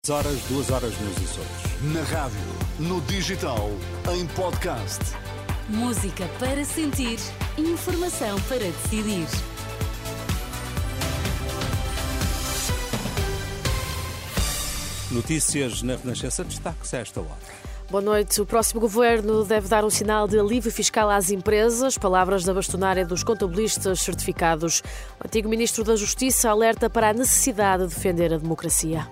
2 horas nos Açores. Na rádio, no digital, em podcast. Música para sentir, informação para decidir. Notícias na Renascença, destaque-se a esta hora. Boa noite. O próximo governo deve dar um sinal de alívio fiscal às empresas. Palavras da bastonária dos contabilistas certificados. O antigo ministro da Justiça alerta para a necessidade de defender a democracia.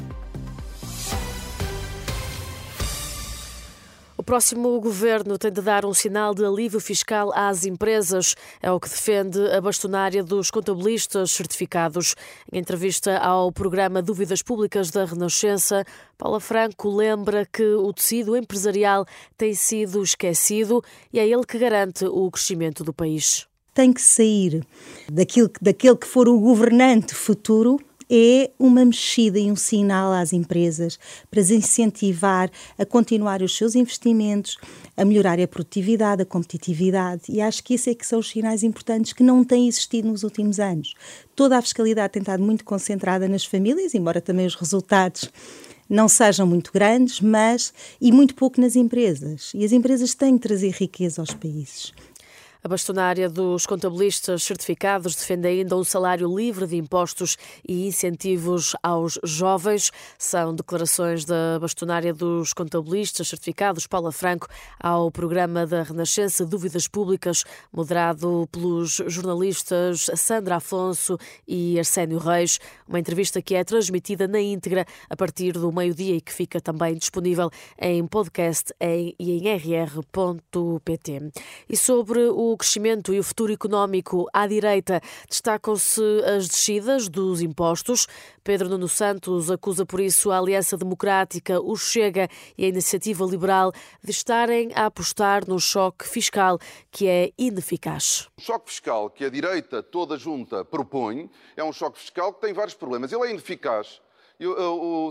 O próximo governo tem de dar um sinal de alívio fiscal às empresas. É o que defende a bastonária dos contabilistas certificados. Em entrevista ao programa Dúvidas Públicas da Renascença, Paula Franco lembra que o tecido empresarial tem sido esquecido e é ele que garante o crescimento do país. Tem que sair daquele que for o governante futuro. É uma mexida e um sinal às empresas para as incentivar a continuar os seus investimentos, a melhorar a produtividade, a competitividade, e acho que esses é que são os sinais importantes que não têm existido nos últimos anos. Toda a fiscalidade tem estado muito concentrada nas famílias, embora também os resultados não sejam muito grandes, e muito pouco nas empresas. E as empresas têm de trazer riqueza aos países. A bastonária dos contabilistas certificados defende ainda um salário livre de impostos e incentivos aos jovens. São declarações da bastonária dos contabilistas certificados, Paula Franco, ao programa da Renascença Dúvidas Públicas, moderado pelos jornalistas Sandra Afonso e Arsénio Reis. Uma entrevista que é transmitida na íntegra a partir do meio-dia e que fica também disponível em podcast e em rr.pt. E sobre o crescimento e o futuro económico à direita, destacam-se as descidas dos impostos. Pedro Nuno Santos acusa por isso a Aliança Democrática, o Chega e a Iniciativa Liberal de estarem a apostar num choque fiscal que é ineficaz. O choque fiscal que a direita toda junta propõe é um choque fiscal que tem vários problemas. Ele é ineficaz. O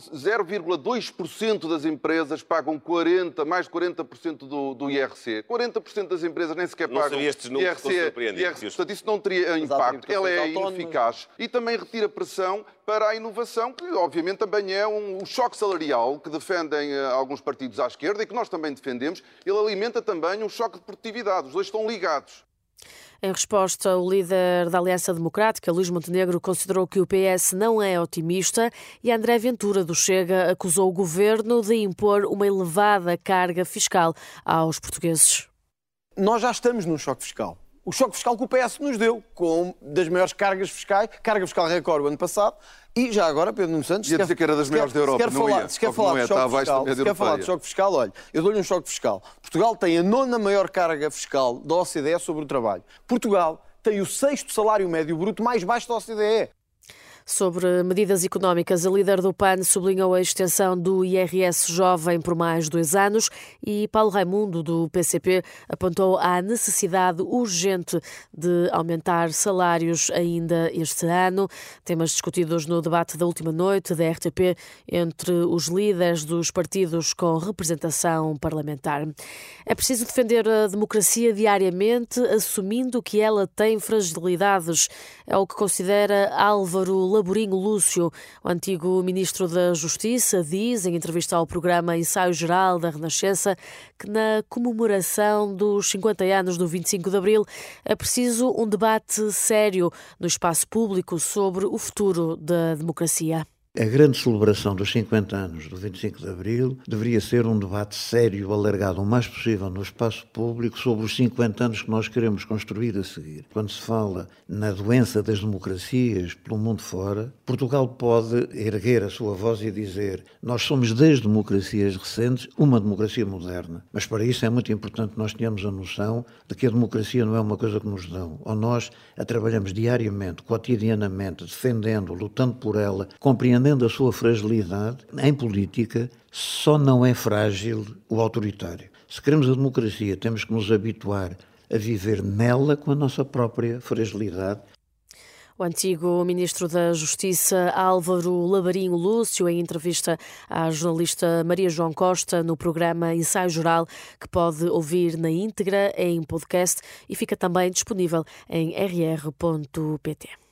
0,2% das empresas pagam mais de 40% do IRC. 40% das empresas nem sequer pagam IRC. Portanto, isso não teria impacto. Ela é ineficaz. E também retira pressão para a inovação, que obviamente também é um choque salarial que defendem alguns partidos à esquerda e que nós também defendemos. Ele alimenta também um choque de produtividade. Os dois estão ligados. Em resposta, o líder da Aliança Democrática, Luís Montenegro, considerou que o PS não é otimista e André Ventura, do Chega, acusou o governo de impor uma elevada carga fiscal aos portugueses. Nós já estamos num choque fiscal. O choque fiscal que o PS nos deu, com das maiores cargas fiscais, carga fiscal recorde o ano passado, e já agora, Pedro Nuno Santos... Ia dizer que era das maiores da Europa, se quer falar de choque fiscal, olha, eu dou-lhe um choque fiscal. Portugal tem a 9ª maior carga fiscal da OCDE sobre o trabalho. Portugal tem o 6º salário médio bruto mais baixo da OCDE. Sobre medidas económicas, a líder do PAN sublinhou a extensão do IRS jovem por mais 2 anos e Paulo Raimundo, do PCP, apontou à necessidade urgente de aumentar salários ainda este ano. Temas discutidos no debate da última noite da RTP entre os líderes dos partidos com representação parlamentar. É preciso defender a democracia diariamente, assumindo que ela tem fragilidades. É o que considera Álvaro Laborinho Lúcio, o antigo ministro da Justiça, diz em entrevista ao programa Ensaio Geral da Renascença que na comemoração dos 50 anos do 25 de Abril é preciso um debate sério no espaço público sobre o futuro da democracia. A grande celebração dos 50 anos do 25 de Abril deveria ser um debate sério, alargado o mais possível no espaço público sobre os 50 anos que nós queremos construir a seguir. Quando se fala na doença das democracias pelo mundo fora, Portugal pode erguer a sua voz e dizer: nós somos das democracias recentes uma democracia moderna. Mas para isso é muito importante nós tenhamos a noção de que a democracia não é uma coisa que nos dão. Ou nós a trabalhamos diariamente, cotidianamente, defendendo, lutando por ela, compreendendo a sua fragilidade. Em política, só não é frágil o autoritário. Se queremos a democracia, temos que nos habituar a viver nela com a nossa própria fragilidade. O antigo ministro da Justiça, Álvaro Laborinho Lúcio, em entrevista à jornalista Maria João Costa no programa Ensaio Geral, que pode ouvir na íntegra em podcast e fica também disponível em rr.pt.